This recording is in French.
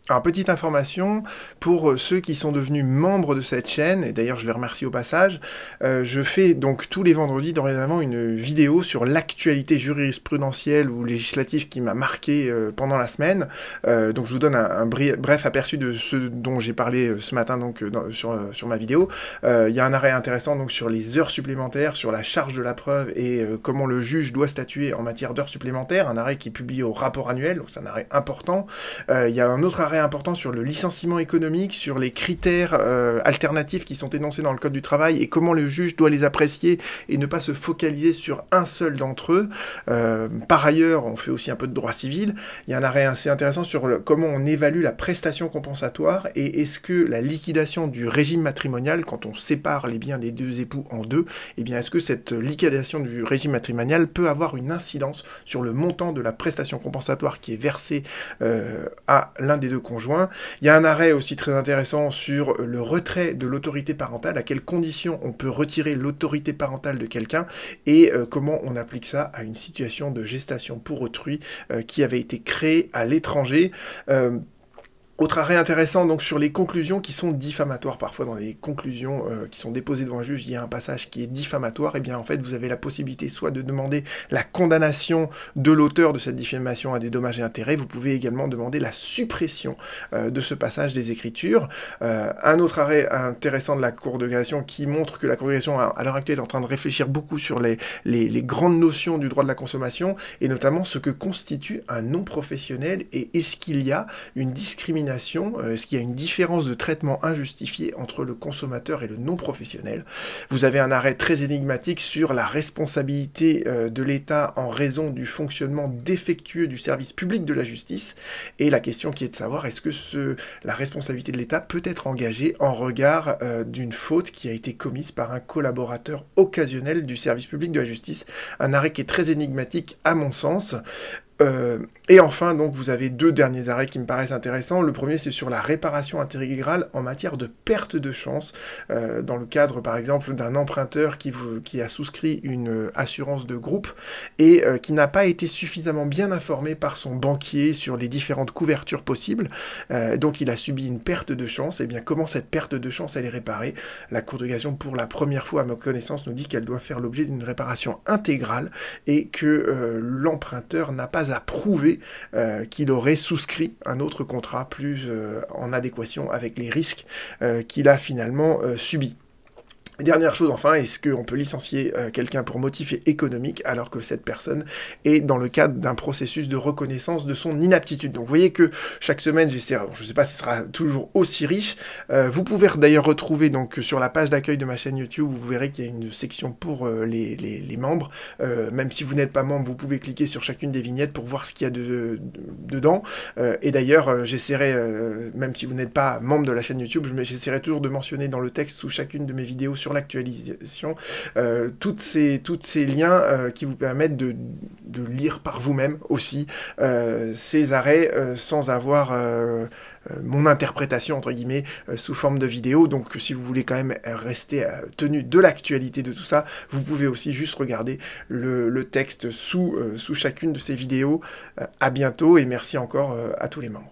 Alors, petite information, pour ceux qui sont devenus membres de cette chaîne, et d'ailleurs je les remercie au passage, je fais donc tous les vendredis dorénavant une vidéo sur l'actualité jurisprudentielle ou législative qui m'a marqué pendant la semaine. Donc je vous donne un bref aperçu de ce dont j'ai parlé ce matin donc, sur ma vidéo. Il y a un arrêt intéressant donc, sur les heures supplémentaires, sur la charge de la preuve et comment le juge doit statuer en matière d'heures supplémentaires, un arrêt qui est publié au rapport annuel, donc c'est un arrêt important. Il y a un autre arrêt important sur le licenciement économique, sur les critères alternatifs qui sont énoncés dans le Code du travail et comment le juge doit les apprécier et ne pas se focaliser sur un seul d'entre eux. Par ailleurs, on fait aussi un peu de droit civil. Il y a un arrêt assez intéressant sur comment on évalue la prestation compensatoire et est-ce que la liquidation du régime matrimonial, quand on sépare les biens des deux époux en deux, eh bien est-ce que cette liquidation du régime matrimonial peut avoir une incidence sur le montant de la prestation compensatoire qui est versée à l'un des deux conjoints. Il y a un arrêt aussi très intéressant sur le retrait de l'autorité parentale, à quelles conditions on peut retirer l'autorité parentale de quelqu'un et comment on applique ça à une situation de gestation pour autrui qui avait été créée à l'étranger. Autre arrêt intéressant donc sur les conclusions qui sont diffamatoires. Parfois dans les conclusions qui sont déposées devant un juge, il y a un passage qui est diffamatoire. Et bien en fait vous avez la possibilité soit de demander la condamnation de l'auteur de cette diffamation à des dommages et intérêts. Vous pouvez également demander la suppression de ce passage des écritures. Un autre arrêt intéressant de la Cour de cassation qui montre que la Cour de cassation à l'heure actuelle est en train de réfléchir beaucoup sur les grandes notions du droit de la consommation et notamment ce que constitue un non professionnel et est-ce qu'il y a une discrimination. Est-ce qu'il y a une différence de traitement injustifiée entre le consommateur et le non-professionnel? Vous avez un arrêt très énigmatique sur la responsabilité de l'État en raison du fonctionnement défectueux du service public de la justice. Et la question qui est de savoir, est-ce que la responsabilité de l'État peut être engagée en regard d'une faute qui a été commise par un collaborateur occasionnel du service public de la justice? Un arrêt qui est très énigmatique à mon sens. Et enfin, donc, vous avez deux derniers arrêts qui me paraissent intéressants. Le premier, c'est sur la réparation intégrale en matière de perte de chance, dans le cadre, par exemple, d'un emprunteur qui a souscrit une assurance de groupe et qui n'a pas été suffisamment bien informé par son banquier sur les différentes couvertures possibles. Donc, il a subi une perte de chance. Et bien, comment cette perte de chance, elle est réparée? La Cour de cassation, pour la première fois, à ma connaissance, nous dit qu'elle doit faire l'objet d'une réparation intégrale et que l'emprunteur n'a pas à prouver qu'il aurait souscrit un autre contrat plus en adéquation avec les risques qu'il a finalement subis. Dernière chose enfin, est-ce qu'on peut licencier quelqu'un pour motif économique alors que cette personne est dans le cadre d'un processus de reconnaissance de son inaptitude? Donc vous voyez que chaque semaine, j'essaie, je ne sais pas si ce sera toujours aussi riche, vous pouvez d'ailleurs retrouver donc sur la page d'accueil de ma chaîne YouTube, vous verrez qu'il y a une section pour les membres, même si vous n'êtes pas membre, vous pouvez cliquer sur chacune des vignettes pour voir ce qu'il y a dedans, et d'ailleurs j'essaierai, même si vous n'êtes pas membre de la chaîne YouTube, j'essaierai toujours de mentionner dans le texte sous chacune de mes vidéos sur l'actualisation, toutes ces liens qui vous permettent de lire par vous-même aussi ces arrêts sans avoir mon interprétation entre guillemets sous forme de vidéo. Donc si vous voulez quand même rester tenu de l'actualité de tout ça, vous pouvez aussi juste regarder le texte sous chacune de ces vidéos. À bientôt et merci encore à tous les membres.